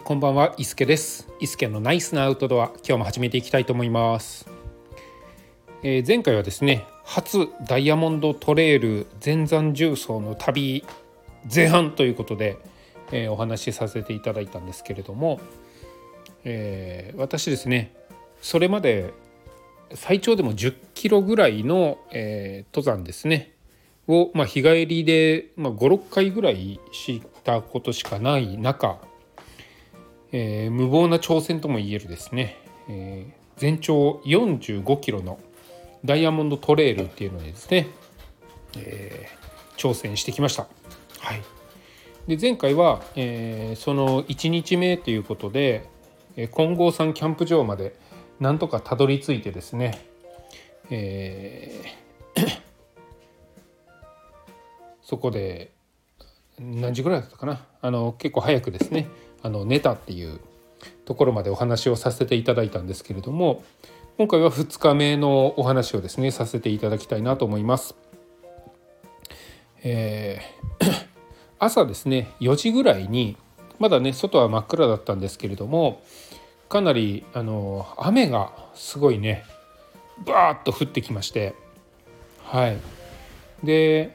こんばんは、伊助です。伊助のナイスなアウトドア、今日も始めていきたいと思います。前回はですね、初ダイヤモンドトレイル全山縦走の旅前半ということで、お話しさせていただいたんですけれども、私ですね、それまで最長でも10キロぐらいの、登山ですねを、日帰りで、5、6回ぐらいしたことしかない中、無謀な挑戦ともいえるですね、全長45キロのダイヤモンドトレイルっていうのにですね、挑戦してきました。はい、で前回は、その1日目ということで金剛山キャンプ場までなんとかたどり着いてですね、そこで何時ぐらいだったかな、結構早くですね寝たっていうところまでお話をさせていただいたんですけれども、今回は2日目のお話をですねさせていただきたいなと思います。朝ですね4時ぐらいにまだね外は真っ暗だったんですけれども、かなり雨がすごいねバーッと降ってきまして、はいで、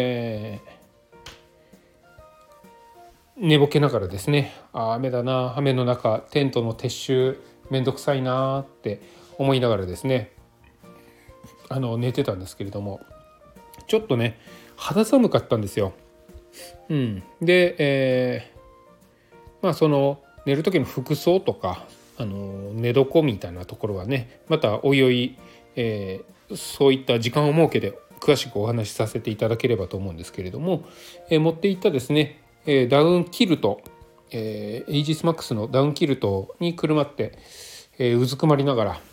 寝ぼけながらですね、雨だな、雨の中テントの撤収めんどくさいなって思いながらですね寝てたんですけれども、ちょっとね肌寒かったんですよ。で、その寝る時の服装とか寝床みたいなところはねまたおいおい、そういった時間を設けて詳しくお話しさせていただければと思うんですけれども、持っていったですねダウンキルト、エイジスマックスのダウンキルトにくるまって、うずくまりながら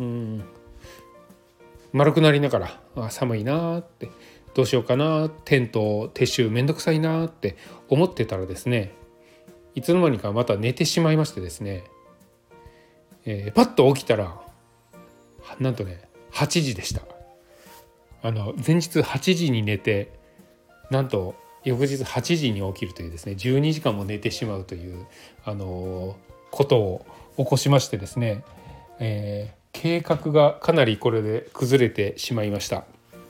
丸くなりながら寒いなってどうしようかな、テント撤収めんどくさいなって思ってたらですね、いつの間にかまた寝てしまいましてですね、パッと起きたらなんとね8時でした。前日8時に寝て、なんと翌日8時に起きるというですね12時間も寝てしまうということを起こしましてですね、計画がかなりこれで崩れてしまいました。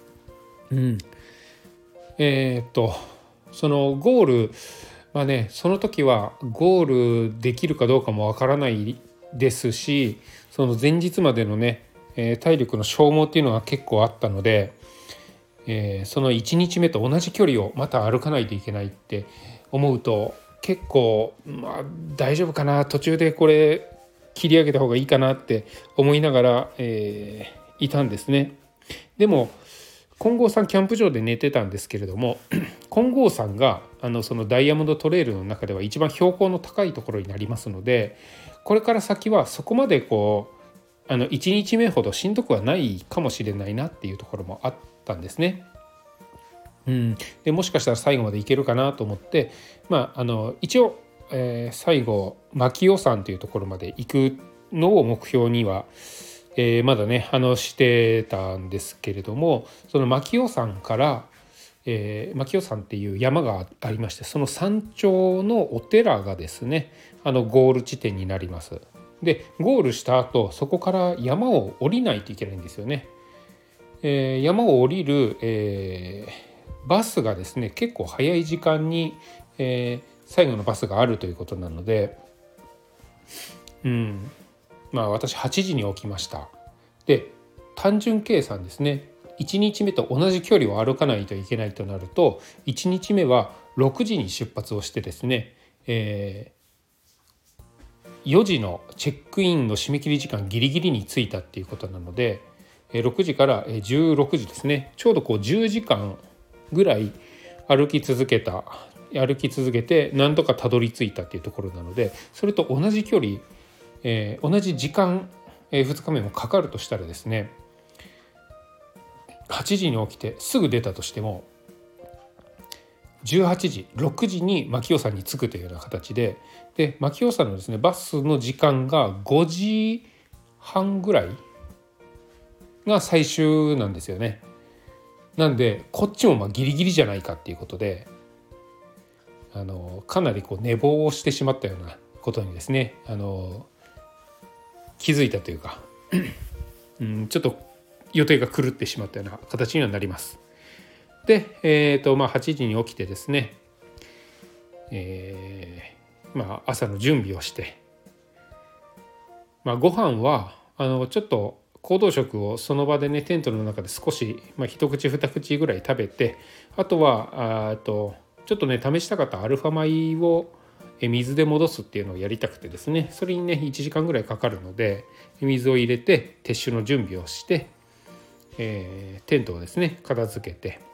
そのゴールその時はゴールできるかどうかもわからないですし、その前日までのね体力の消耗っていうのが結構あったので、その1日目と同じ距離をまた歩かないといけないって思うと結構、大丈夫かな、途中でこれ切り上げた方がいいかなって思いながら、いたんですね。でも金剛山キャンプ場で寝てたんですけれども、金剛山がそのダイヤモンドトレイルの中では一番標高の高いところになりますので、これから先はそこまで1日目ほどしんどくはないかもしれないなっていうところもあったんですね。でもしかしたら最後までいけるかなと思って、一応、最後牧尾山というところまで行くのを目標には、まだねしてたんですけれども、その牧尾山から牧尾山っていう山がありまして、その山頂のお寺がですねゴール地点になります。でゴールした後そこから山を降りないといけないんですよね。山を降りる、バスがですね結構早い時間に、最後のバスがあるということなので、私8時に起きました。で単純計算ですね、1日目と同じ距離を歩かないといけないとなると、1日目は6時に出発をしてですね、4時のチェックインの締め切り時間ギリギリに着いたっていうことなので、6時から16時ですね、ちょうど10時間ぐらい歩き続けてなんとかたどり着いたっていうところなので、それと同じ距離、同じ時間、2日目もかかるとしたらですね、8時に起きてすぐ出たとしても18時6時に牧尾山に着くというような形で、牧尾山のですねバスの時間が5時半ぐらいが最終なんですよね。なんでこっちもギリギリじゃないかっていうことで、かなり寝坊をしてしまったようなことにですね気づいたというかちょっと予定が狂ってしまったような形にはなります。で、8時に起きてですね、朝の準備をして、ご飯はちょっと行動食をその場でねテントの中で少し、一口二口ぐらい食べて、あとはちょっとね試したかったアルファ米を水で戻すっていうのをやりたくてですね、それにね1時間ぐらいかかるので水を入れて撤収の準備をして、テントをですね片付けて、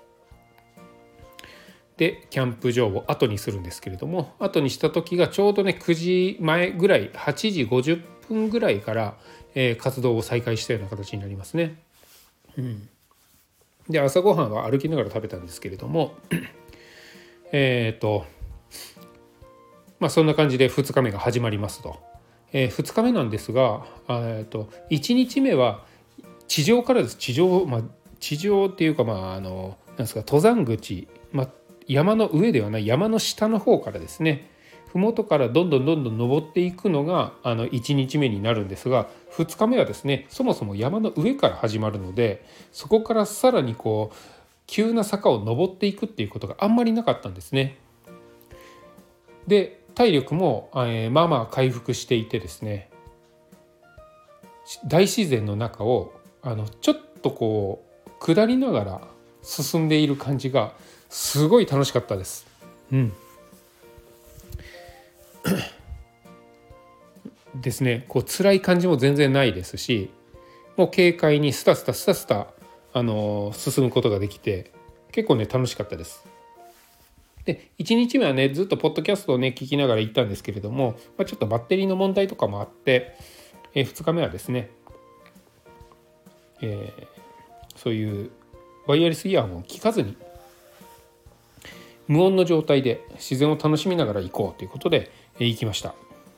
でキャンプ場を後にするんですけれども、後にした時がちょうどね9時前ぐらい、8時50分ぐらいから、活動を再開したような形になりますね。で朝ごはんは歩きながら食べたんですけれどもそんな感じで2日目が始まりますと。2日目なんですが1日目は地上からです。地上っていうかなんですか、登山口、山の上ではない山の下の方からですね、麓からどんどん登っていくのが1日目になるんですが、2日目はですねそもそも山の上から始まるので、そこからさらに急な坂を登っていくっていうことがあんまりなかったんですね。で体力も回復していてですね、大自然の中をちょっと下りながら進んでいる感じがすごい楽しかったです。ですね、辛い感じも全然ないですし、もう軽快にスタスタ進むことができて、結構ね楽しかったです。で1日目はねずっとポッドキャストをね聞きながら行ったんですけれども、ちょっとバッテリーの問題とかもあって、2日目はですね、そういうワイヤレスイヤホンを聞かずに無音の状態で自然を楽しみながら行こうということで、行きました。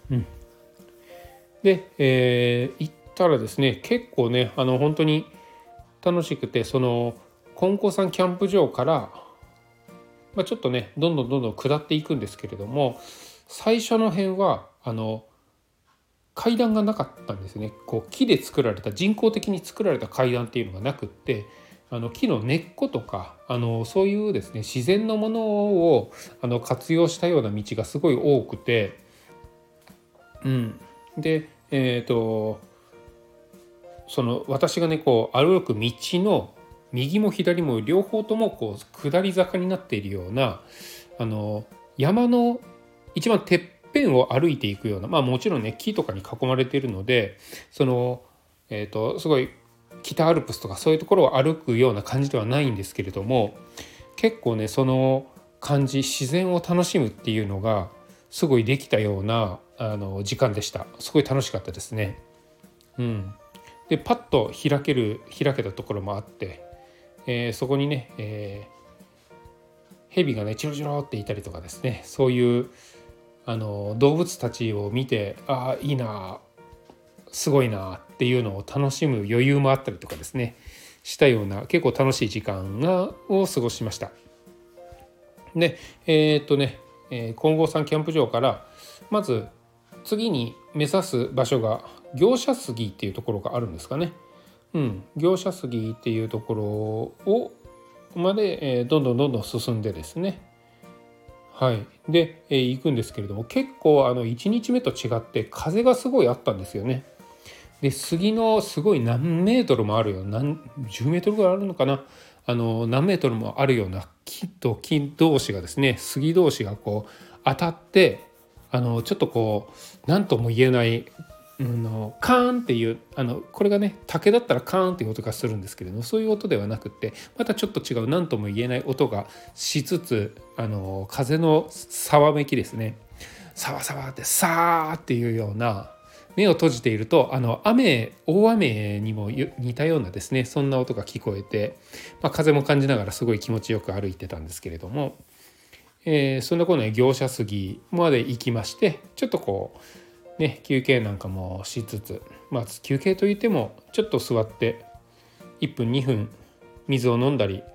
で、行ったらですね結構ね本当に楽しくて、その金光山キャンプ場からちょっとねどんどん下っていくんですけれども、最初の辺は階段がなかったんですね。木で作られた、人工的に作られた階段っていうのがなくって、木の根っことかそういうですね自然のものを活用したような道がすごい多くて、でその私がね歩く道の右も左も両方とも下り坂になっているような山の一番てっぺんを歩いていくような、もちろんね木とかに囲まれているので、すごい北アルプスとかそういうところを歩くような感じではないんですけれども、結構ねその感じ、自然を楽しむっていうのがすごいできたような時間でした。すごい楽しかったですね。でパッと開けたところもあって、そこにね、蛇がねチロチロっていたりとかですね、そういう動物たちを見て、いいな、すごいなっていうのを楽しむ余裕もあったりとかですねしたような、結構楽しい時間を過ごしました。で金剛山キャンプ場からまず次に目指す場所が業者杉っていうところがあるんですかね。業者杉っていうところをまで、どんどん進んでですね、で、行くんですけれども、結構1日目と違って風がすごいあったんですよね。で杉のすごい何メートルもあるような、10メートルぐらいあるのかな、何メートルもあるような木と木同士がですね、杉同士が当たってちょっと何とも言えないカーンっていうこれがね竹だったらカーンっていう音がするんですけれども、そういう音ではなくってまたちょっと違う何とも言えない音がしつつ、風のさわめきですね、さわさわってさーっていうような、目を閉じていると大雨にも似たようなですね、そんな音が聞こえて、風も感じながらすごい気持ちよく歩いてたんですけれども、そんなことね業者杉まで行きまして、ちょっと休憩なんかもしつつ、休憩といってもちょっと座って1分2分水を飲んだり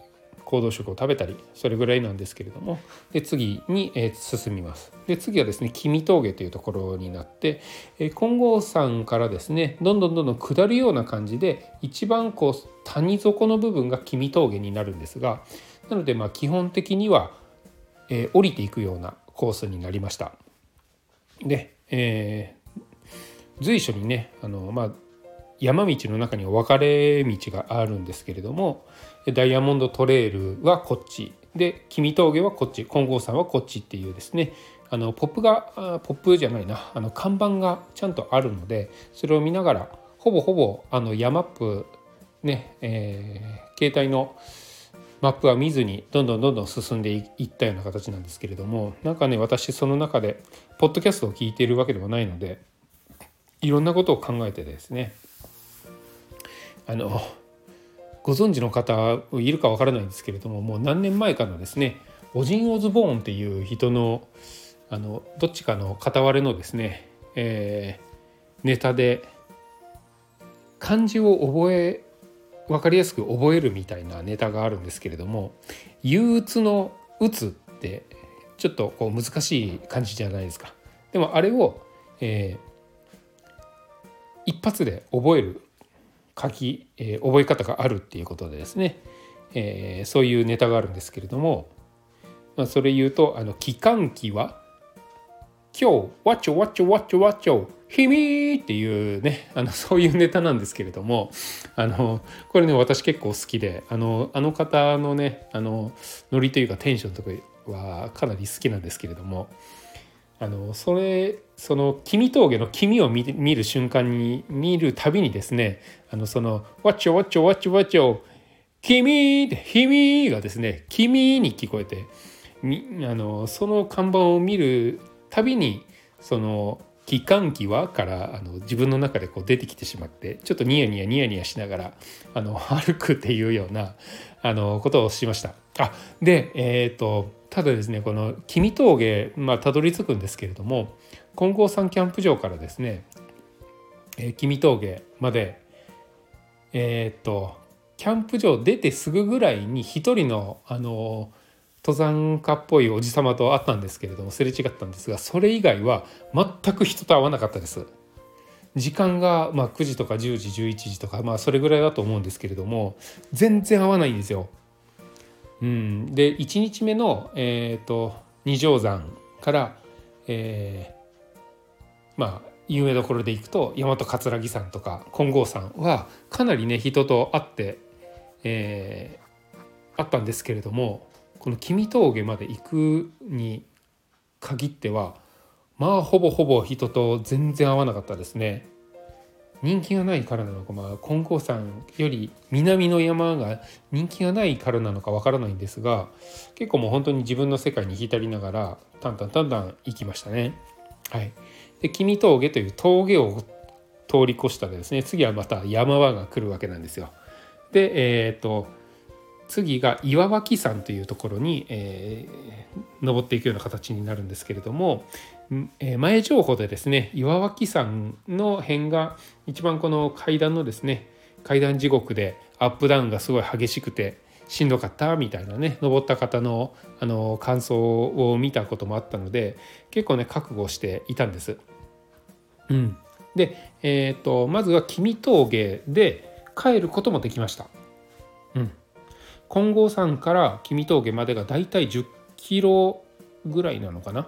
行動食を食べたり、それぐらいなんですけれども、で次に、進みます。で次はですね君峠というところになって、金剛山からですねどんどん下るような感じで、一番こう谷底の部分が君峠になるんですが、なので基本的には、降りていくようなコースになりました。で、随所にね山道の中には分かれ道があるんですけれども、ダイヤモンドトレイルはこっちで、君峠はこっち、金剛山はこっちっていうですね、ポップじゃないな、看板がちゃんとあるので、それを見ながらほぼヤマップね、携帯のマップは見ずにどんどん進んでいったような形なんですけれども、なんかね私その中でポッドキャストを聞いているわけではないので、いろんなことを考えてですね、ご存知の方いるかわからないんですけれども、もう何年前かのですねオジン・オズボーンっていう人のどっちかの片割れのですね、ネタで漢字を分かりやすく覚えるみたいなネタがあるんですけれども、憂鬱の鬱ってちょっとこう難しい漢字じゃないですか。でもあれを、一発で覚える覚え方があるっていうことでですね、そういうネタがあるんですけれども、それ言うと期間期は今日ワッチョワッチョワッチョワッチョひみーっていうねそういうネタなんですけれども、これね私結構好きで、あの方のねノリというかテンションとかはかなり好きなんですけれども、その君峠の君を見る瞬間に見るたびにですね、そのワッチョワッチョワッチョワッチョ君ってひみがですね君に聞こえて、その看板を見るたびにその期間期はから自分の中でこう出てきてしまって、ちょっとニヤニヤしながら歩くっていうようなことをしました。でただですねこの君峠たどり着くんですけれども、金剛山キャンプ場からですね、君峠までキャンプ場出てすぐぐらいに一人の登山家っぽいおじさまと会ったんですけれども、すれ違ったんですが、それ以外は全く人と会わなかったです。時間が9時とか10時11時とかそれぐらいだと思うんですけれども、全然合わないんですよ。で1日目の、二条山から、有名どころで行くと大和葛城山とか金剛山はかなりね人と会って、あったんですけれども、この君峠まで行くに限ってはほぼ人と全然合わなかったですね。人気がないからなのか、金剛山より南の山が人気がないからなのかわからないんですが、結構もう本当に自分の世界に浸りながらタンタン行きましたね。はい。で君峠という峠を通り越したらですね、次はまた山場が来るわけなんですよ。で次が岩脇山というところに、登っていくような形になるんですけれども、前情報でですね岩脇山の辺が一番この階段のですね階段地獄でアップダウンがすごい激しくてしんどかったみたいなね登った方の感想を見たこともあったので、結構ね覚悟していたんです。で、まずは君峠で帰ることもできました。金剛山から君峠までがだいたい10キロぐらいなのかな。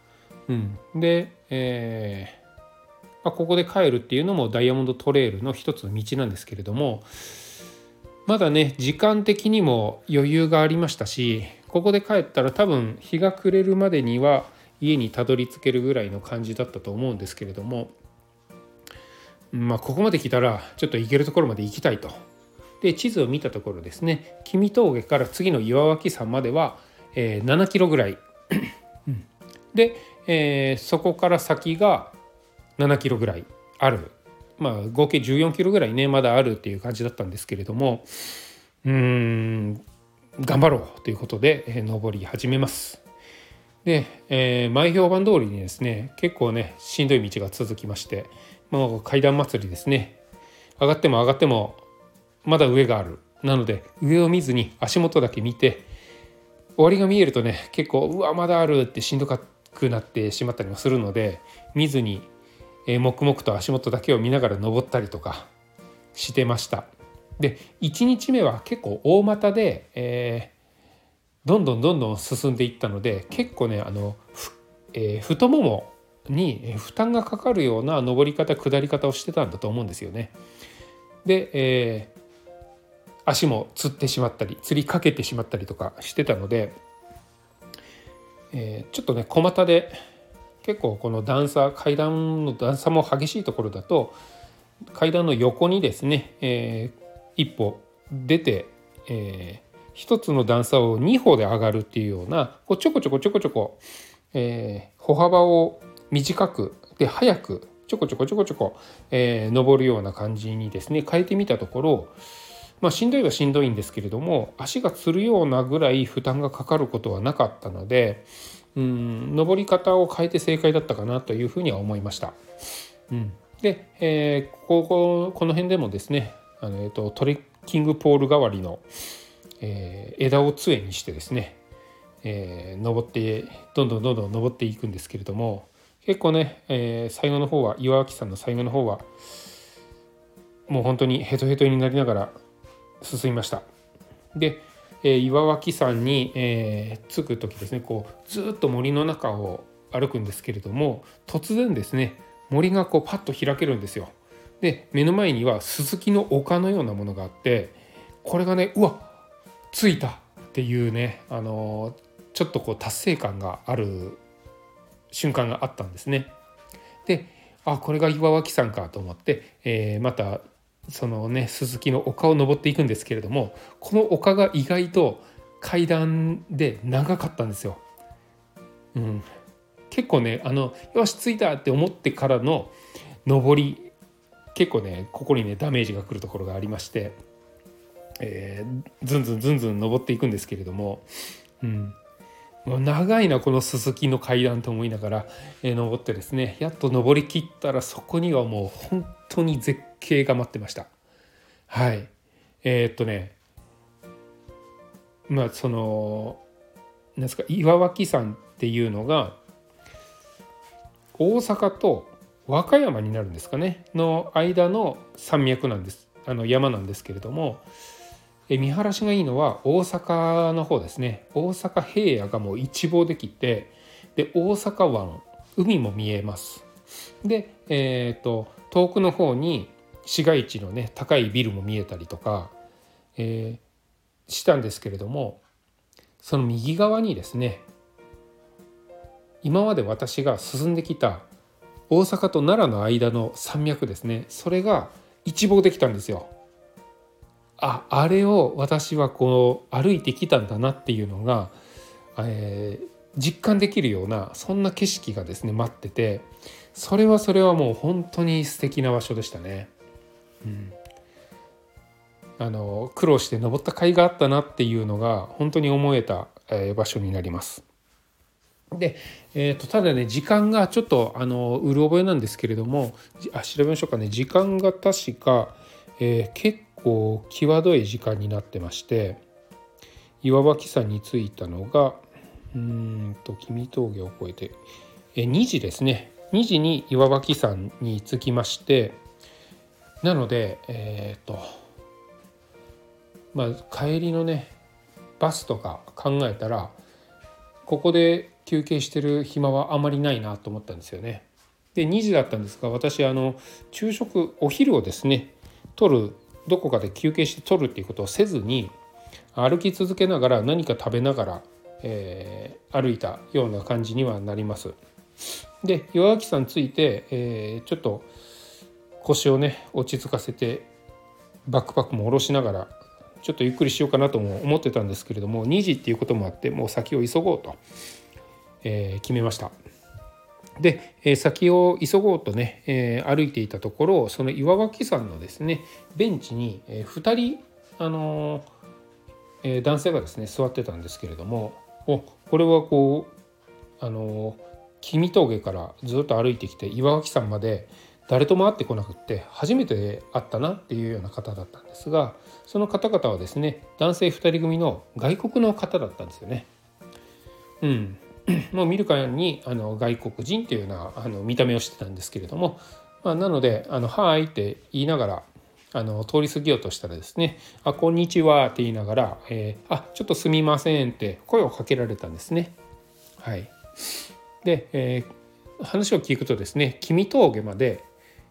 で、ここで帰るっていうのもダイヤモンドトレイルの一つの道なんですけれども、まだね時間的にも余裕がありましたし、ここで帰ったら多分日が暮れるまでには家にたどり着けるぐらいの感じだったと思うんですけれども、ここまで来たらちょっと行けるところまで行きたいと。で地図を見たところですね、君峠から次の岩脇山までは、7キロぐらいで、そこから先が7キロぐらいある、合計14キロぐらいねまだあるっていう感じだったんですけれども、頑張ろうということで、登り始めます。で、前評判通りにですね結構ねしんどい道が続きまして、もう階段祭りですね。上がってもまだ上があるなので上を見ずに足元だけ見て、終わりが見えるとね結構うわまだあるってしんどくなってしまったりもするので、見ずに黙々と足元だけを見ながら登ったりとかしてました。で1日目は結構大股で、どんどん進んでいったので、結構ね太ももに負担がかかるような登り方下り方をしてたんだと思うんですよね。で、足もつってしまったりつりかけてしまったりとかしてたので、ちょっとね小股で結構この階段の段差も激しいところだと階段の横にですね、一歩出て、一つの段差を2歩で上がるっていうようなこうちょこちょこ、歩幅を短くで速くちょこちょこ、登るような感じにですね変えてみたところ、しんどいはしんどいんですけれども、足がつるようなぐらい負担がかかることはなかったので、登り方を変えて正解だったかなというふうには思いました。で、この辺でもですねトレッキングポール代わりの、枝を杖にしてですね、登ってどんどん登っていくんですけれども、結構ね、最後の方は岩脇さんの最後の方はもう本当にヘトヘトになりながら進みました。で、岩脇山に、着く時ですねこうずっと森の中を歩くんですけれども、突然ですね森がこうパッと開けるんですよ。で目の前にはススキの丘のようなものがあって、これがねうわ着いたっていうね、ちょっとこう達成感がある瞬間があったんですね。でこれが岩脇山かと思って、またそのねススキの丘を登っていくんですけれども、この丘が意外と階段で長かったんですよ。結構ねよし着いたって思ってからの登り、結構ねここにねダメージが来るところがありまして、ずんずん登っていくんですけれども、もう長いなこのススキの階段と思いながら、登ってですねやっと登りきったら、そこにはもう本当に絶景が待ってました。はい。そのなんですか、岩脇山っていうのが大阪と和歌山になるんですかねの間の山脈なんです、山なんですけれども、見晴らしがいいのは大阪の方ですね。大阪平野がもう一望できて、で大阪湾海も見えます。で、遠くの方に市街地のね高いビルも見えたりとか、したんですけれども、その右側にですね今まで私が進んできた大阪と奈良の間の山脈ですね、それが一望できたんですよ。あれを私はこう歩いてきたんだなっていうのが、実感できるようなそんな景色がですね待ってて、それはもう本当に素敵な場所でしたね。苦労して登った甲斐があったなっていうのが本当に思えた、場所になります。で、ただね時間がちょっとうる覚えなんですけれども、調べましょうかね。時間が確か、結構際どい時間になってまして、岩脇山に着いたのが君峠を越えて、2時ですね。2時に岩脇山に着きまして、なので帰りのねバスとか考えたらここで休憩してる暇はあまりないなと思ったんですよね。で2時だったんですが、私昼食お昼をですねどこかで休憩して取るっていうことをせずに歩き続けながら何か食べながら、歩いたような感じにはなります。で岩脇山着いて、ちょっと腰をね落ち着かせてバックパックも下ろしながらちょっとゆっくりしようかなとも思ってたんですけれども、2時っていうこともあってもう先を急ごうと、決めました。で、先を急ごうとね、歩いていたところ、その岩脇山のですねベンチに、2人、男性がですね座ってたんですけれども、これはこう君峠からずっと歩いてきて岩脇山まで誰とも会ってこなくって初めて会ったなっていうような方だったんですが、その方々はですね男性2人組の外国の方だったんですよね。もう見るからに外国人っていうような見た目をしてたんですけれども、なので「はーい」って言いながら通り過ぎようとしたらですね「こんにちは」って言いながらちょっとすみません」って声をかけられたんですね。はい、で、話を聞くとですね君峠まで、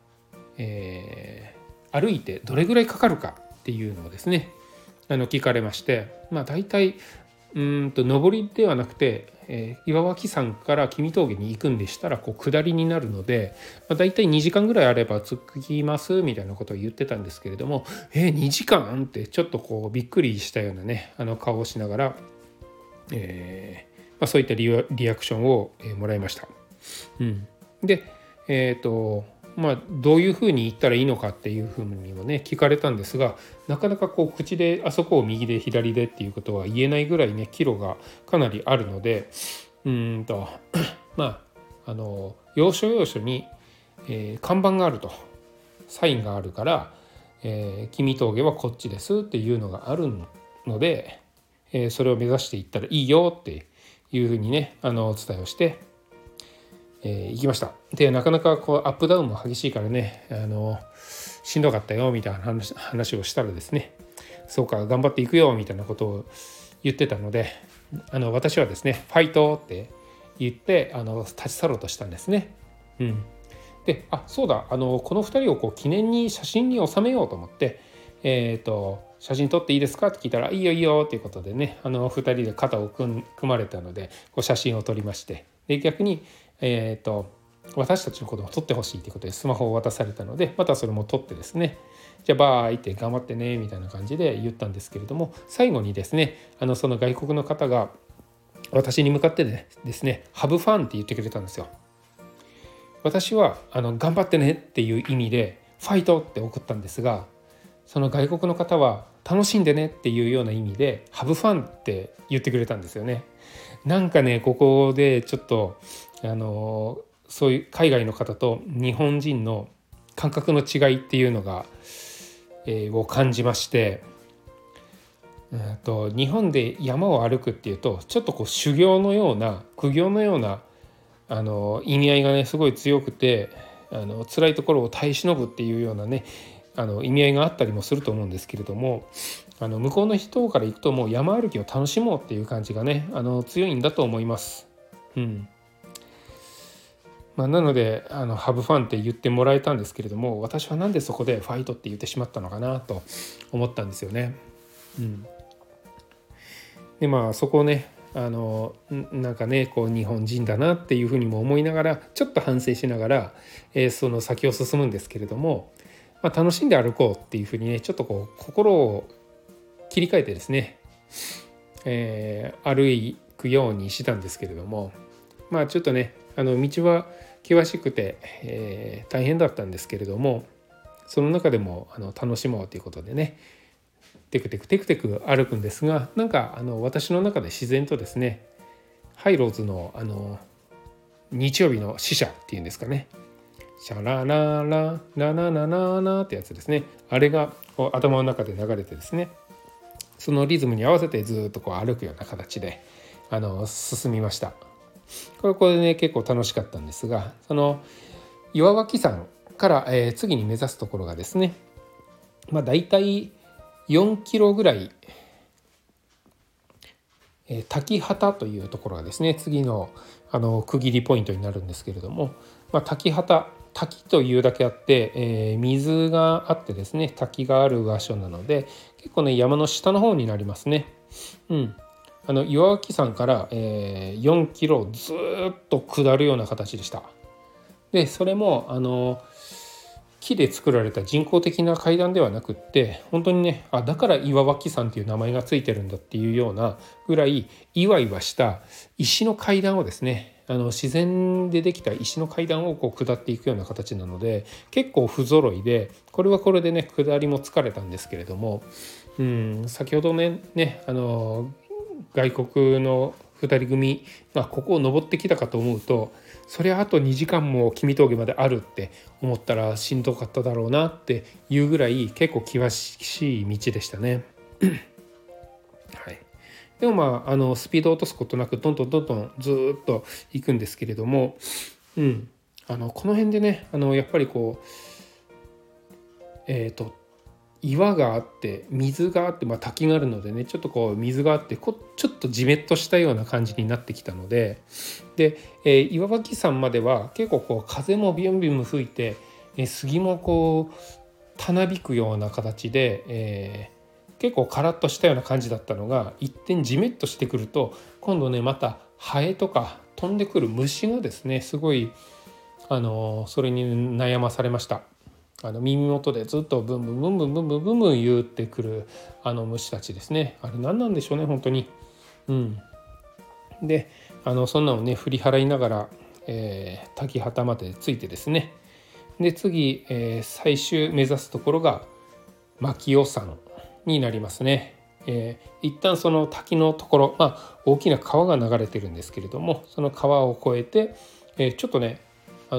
歩いてどれぐらいかかるかっていうのをですね聞かれまして、大体上りではなくて、岩脇山から君峠に行くんでしたら下りになるので、大体2時間ぐらいあれば着きますみたいなことを言ってたんですけれども、2時間ってちょっとびっくりしたようなね顔をしながら、そういったリアクションをもらいました。でどういうふうに言ったらいいのかっていうふうにもね聞かれたんですが、なかなか口であそこを右で左でっていうことは言えないぐらいね岐路がかなりあるので、要所要所に、看板があると、サインがあるから「君峠はこっちです」っていうのがあるので、それを目指していったらいいよっていうふうにねお伝えをして行きました。でなかなかアップダウンも激しいからねしんどかったよみたいな話をしたらですね、そうか頑張っていくよみたいなことを言ってたので、私はですねファイトって言って立ち去ろうとしたんですね。でそうだこの2人を記念に写真に収めようと思って写真撮っていいですかって聞いたらいいよいいよっていうことでね2人で肩を組まれたので写真を撮りまして、で逆に私たちのことも撮ってほしいということでスマホを渡されたのでまたそれも撮ってですね、じゃあバーイって頑張ってねみたいな感じで言ったんですけれども、最後にですねその外国の方が私に向かってですねハブファンって言ってくれたんですよ。私は頑張ってねっていう意味でファイトって送ったんですが、その外国の方は楽しんでねっていうような意味でハブファンって言ってくれたんですよね。なんかねここでちょっとそういう海外の方と日本人の感覚の違いっていうのが、を感じまして、日本で山を歩くっていうとちょっと修行のような苦行のような意味合いがねすごい強くて辛いところを耐え忍ぶっていうようなね意味合いがあったりもすると思うんですけれども、向こうの人から行くともう山歩きを楽しもうっていう感じがね強いんだと思います。なのでハブファンって言ってもらえたんですけれども、私はなんでそこでファイトって言ってしまったのかなと思ったんですよね。でそこをねなんかね日本人だなっていうふうにも思いながらちょっと反省しながら、その先を進むんですけれども、楽しんで歩こうっていうふうにねちょっと心を切り替えてですね、歩くようにしたんですけれども、ちょっとね道は険しくて、大変だったんですけれども、その中でも楽しもうということでねテクテクテクテク歩くんですが、なんか私の中で自然とですねハイローズの日曜日の使者っていうんですかね、シャララララララララってやつですね、あれが頭の中で流れてですね、そのリズムに合わせてずっと歩くような形で進みました。これでね結構楽しかったんですが、その岩脇山から、次に目指すところがですねだいたい4キロぐらい、滝畑というところがですね次の区切りポイントになるんですけれども、滝畑滝というだけあって、水があってですね滝がある場所なので結構ね山の下の方になりますね。岩脇山から、4キロずっと下るような形でした。でそれも木で作られた人工的な階段ではなくって本当にねだから岩脇山っていう名前がついてるんだっていうようなぐらいいわいわした石の階段をですね自然でできた石の階段を下っていくような形なので結構不揃いで、これはこれでね下りも疲れたんですけれども、先ほどね外国の 2人組、ここを登ってきたかと思うと、そりゃあと2時間も君峠まであるって思ったらしんどかっただろうなっていうぐらい結構険しい道でしたね。はい、でもスピードを落とすことなくどんどんずっと行くんですけれども、この辺でねやっぱり岩があって水があって、滝があるのでね、ちょっと水があってちょっとジメッとしたような感じになってきたので、岩脇山までは結構風もビュンビュン吹いて、杉もたなびくような形で、結構カラッとしたような感じだったのが、一転ジメッとしてくると今度ねまたハエとか飛んでくる虫がですねすごいそれに悩まされました。耳元でずっとブンブンブンブンブンブンブンブン言ってくる虫たちですね。あれ何なんでしょうね本当に。でそんなのね振り払いながら、滝畑まで着いてですね、で次、最終目指すところが牧尾山になりますね。一旦その滝のところ、大きな川が流れてるんですけれども、その川を越えて、ちょっとね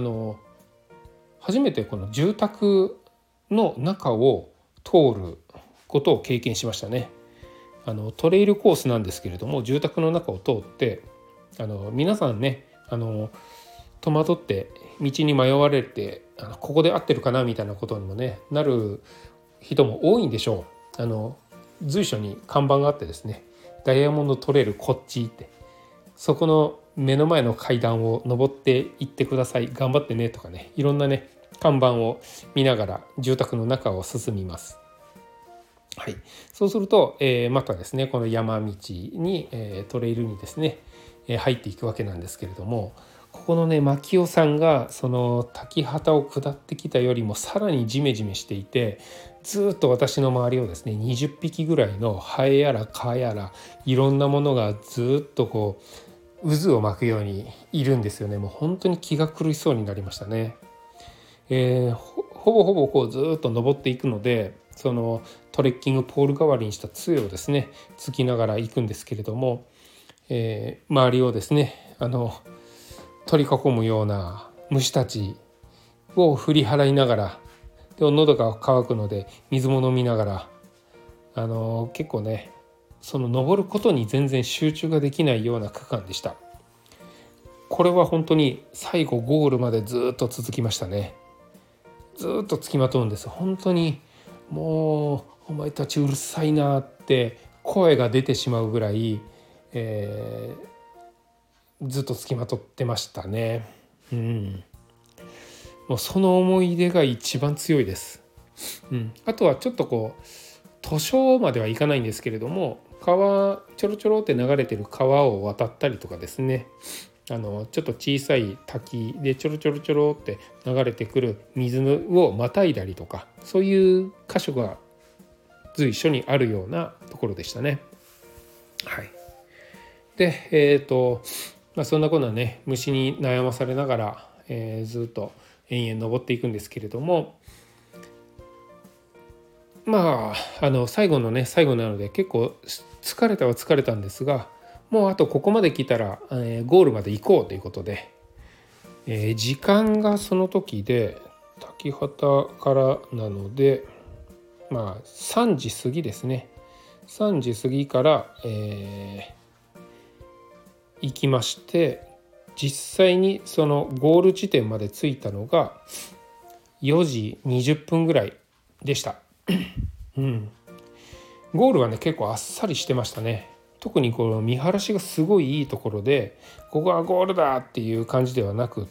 初めてこの住宅の中を通ることを経験しましたね。トレイルコースなんですけれども、住宅の中を通って皆さんね戸惑って道に迷われてここで合ってるかなみたいなことにもねなる人も多いんでしょう。随所に看板があってですね、ダイヤモンドトレイルこっちって、そこの目の前の階段を登っていってください、頑張ってねとかね、いろんなね看板を見ながら住宅の中を進みます。はい、そうすると、またですねこの山道に、トレイルにですね、入っていくわけなんですけれども、ここのね牧尾さんがその滝畑を下ってきたよりもさらにジメジメしていて、ずっと私の周りをですね20匹ぐらいのハエやら蚊やらいろんなものがずっと渦を巻くようにいるんですよね。もう本当に気が狂いそうになりましたね。ほぼずっと登っていくので、そのトレッキングポール代わりにした杖をですねつきながら行くんですけれども、周りをですね取り囲むような虫たちを振り払いながら、で喉が渇くので水も飲みながら結構ねその登ることに全然集中ができないような区間でした。これは本当に最後ゴールまでずっと続きましたね。ずっとつきまとうんです。本当にもうお前たちうるさいなって声が出てしまうぐらい、ずっとつきまとってましたね。もうその思い出が一番強いです。あとはちょっと図書まではいかないんですけれども、川ちょろちょろって流れてる川を渡ったりとかですね、ちょっと小さい滝でちょろちょろちょろって流れてくる水をまたいだりとか、そういう箇所が随所にあるようなところでしたね。はい。でそんなこんなね虫に悩まされながら、ずっと延々登っていくんですけれども、最後のね最後なので結構疲れたは疲れたんですが、もうあとここまで来たら、ゴールまで行こうということで、時間がその時で滝畑からなので3時過ぎですね。3時過ぎから、行きまして、実際にそのゴール地点まで着いたのが4時20分ぐらいでした。ゴールはね結構あっさりしてましたね。特にこの見晴らしがすごいいいところで、ここはゴールだっていう感じではなくって、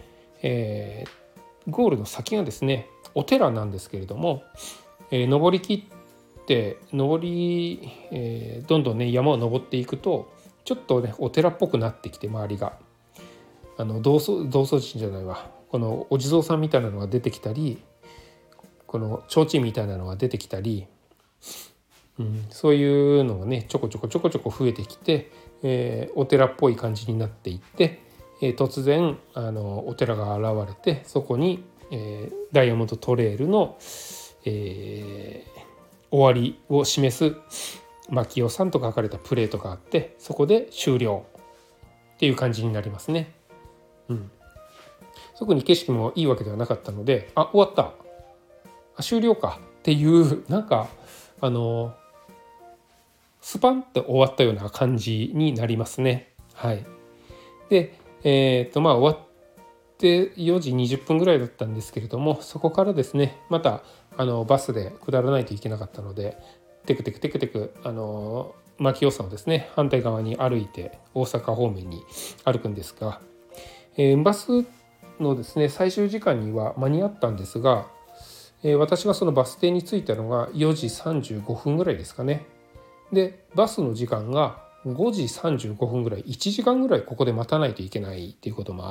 ゴールの先がですねお寺なんですけれども、登り切ってどんどんね山を登っていくとちょっとねお寺っぽくなってきて、周りが道祖神じゃないわ、このお地蔵さんみたいなのが出てきたり、この提灯みたいなのが出てきたり、そういうのがねちょこちょこ増えてきて、お寺っぽい感じになっていって、突然お寺が現れて、そこに、ダイヤモンドトレイルの、終わりを示す牧尾さんと書かれたプレートがあって、そこで終了っていう感じになりますね。特に景色もいいわけではなかったので、終わった、終了かっていうなんかスパンと終わったような感じになりますね。はい。で、終わって4時20分ぐらいだったんですけれども、そこからですねまたバスで下らないといけなかったので、テクテクテクテク牧尾山をですね反対側に歩いて大阪方面に歩くんですが、バスのですね最終時間には間に合ったんですが、私がそのバス停に着いたのが4時35分ぐらいですかね。でバスの時間が5時35分ぐらい、1時間ぐらいここで待たないといけないっていうこともあって、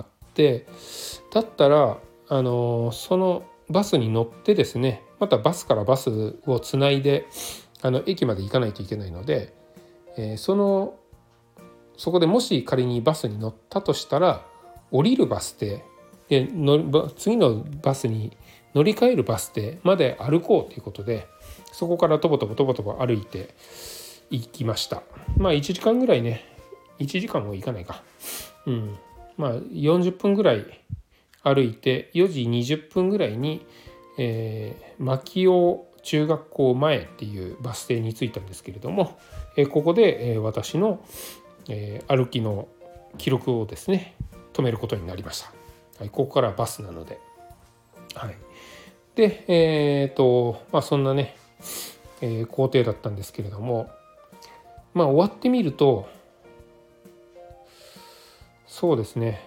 だったらそのバスに乗ってですね、またバスからバスをつないで駅まで行かないといけないので、そこでもし仮にバスに乗ったとしたら、降りるバス停で次のバスに乗り換えるバス停まで歩こうということで、そこからとぼとぼとぼとぼ歩いて行きました。1時間ぐらいね、1時間も行かないか、40分ぐらい歩いて4時20分ぐらいに、牧尾中学校前っていうバス停に着いたんですけれども、ここで、私の、歩きの記録をですね止めることになりました。はい、ここからバスなので、はい、でそんなね、工程だったんですけれども、終わってみるとそうですね、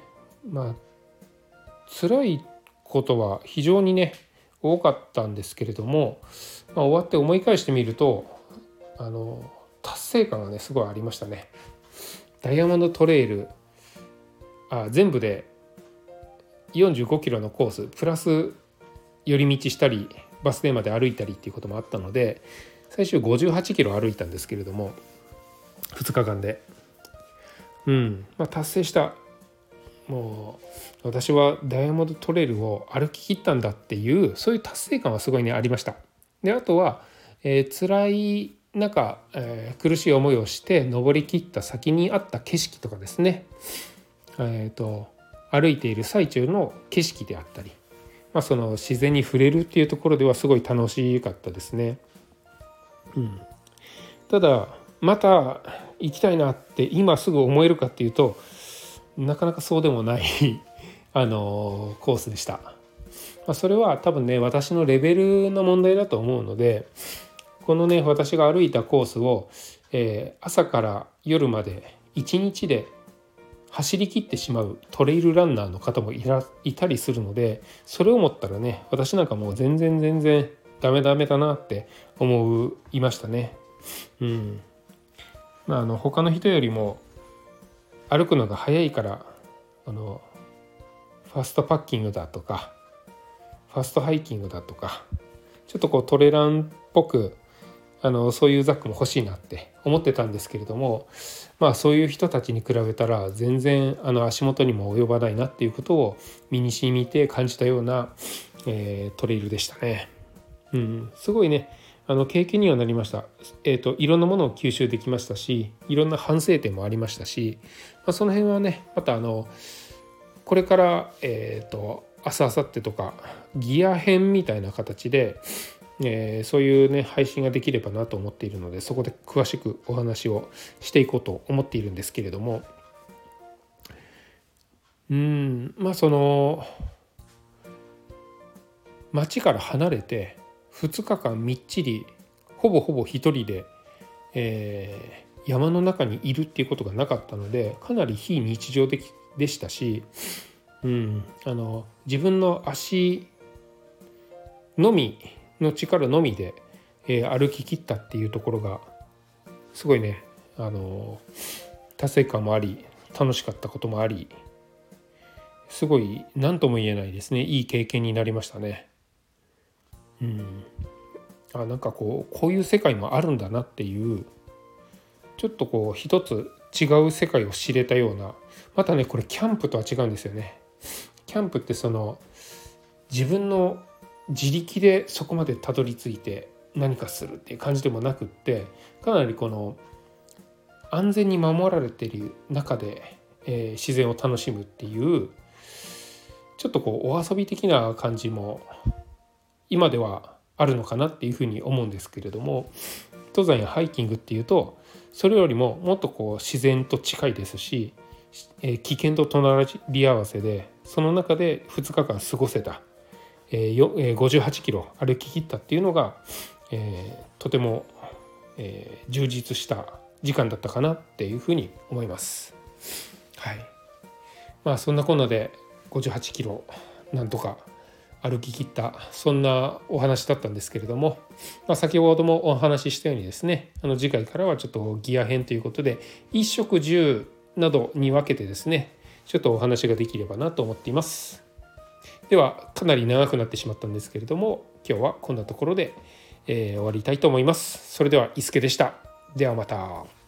辛いことは非常にね多かったんですけれども、終わって思い返してみると達成感がねすごいありましたね。ダイヤモンドトレイル全部で45キロのコースプラス寄り道したりバス停まで歩いたりっていうこともあったので、最終58キロ歩いたんですけれども2日間で、達成した。もう私はダイヤモンドトレイルを歩き切ったんだっていうそういう達成感はすごいねありました。であとは、辛い中、苦しい思いをして登り切った先にあった景色とかですね、歩いている最中の景色であったり、その自然に触れるっていうところではすごい楽しかったですね。ただまた行きたいなって今すぐ思えるかっていうとなかなかそうでもないコースでした。それは多分ね私のレベルの問題だと思うので、このね私が歩いたコースを、朝から夜まで1日で走り切ってしまうトレイルランナーの方もいたりするので、それを思ったらね私なんかもう全然ダメだなって思いましたね。他の人よりも歩くのが早いからファストパッキングだとかファストハイキングだとかちょっとこうトレランっぽくそういうザックも欲しいなって思ってたんですけれども、そういう人たちに比べたら全然足元にも及ばないなっていうことを身に染みて感じたような、トレイルでしたね。すごいね経験にはなりました。いろんなものを吸収できましたし、いろんな反省点もありましたし、その辺はねまたこれから明日明後日とかギア編みたいな形で、そういうね配信ができればなと思っているので、そこで詳しくお話をしていこうと思っているんですけれども、その町から離れて2日間みっちりほぼ一人で、山の中にいるっていうことがなかったので、かなり非日常的でしたし、自分の足のみの力のみで、歩き切ったっていうところがすごいね達成感もあり楽しかったこともあり、すごい何とも言えないですね、いい経験になりましたね。なんかこういう世界もあるんだなっていう、ちょっとこう一つ違う世界を知れたような。またねこれキャンプとは違うんですよね。キャンプって自分の自力でそこまでたどり着いて何かするっていう感じでもなくって、かなりこの安全に守られている中で自然を楽しむっていうちょっとお遊び的な感じも今ではあるのかなっていうふうに思うんですけれども、登山やハイキングっていうとそれよりももっと自然と近いですし、危険と隣り合わせでその中で2日間過ごせた、58キロ歩き切ったっていうのが、とても、充実した時間だったかなっていうふうに思います。はい。そんなこんなで58キロなんとか歩き切った、そんなお話だったんですけれども、先ほどもお話ししたようにですね、次回からはちょっとギア編ということで1食10などに分けてですね、ちょっとお話ができればなと思っています。ではかなり長くなってしまったんですけれども、今日はこんなところで、終わりたいと思います。それでは伊助でした。ではまた。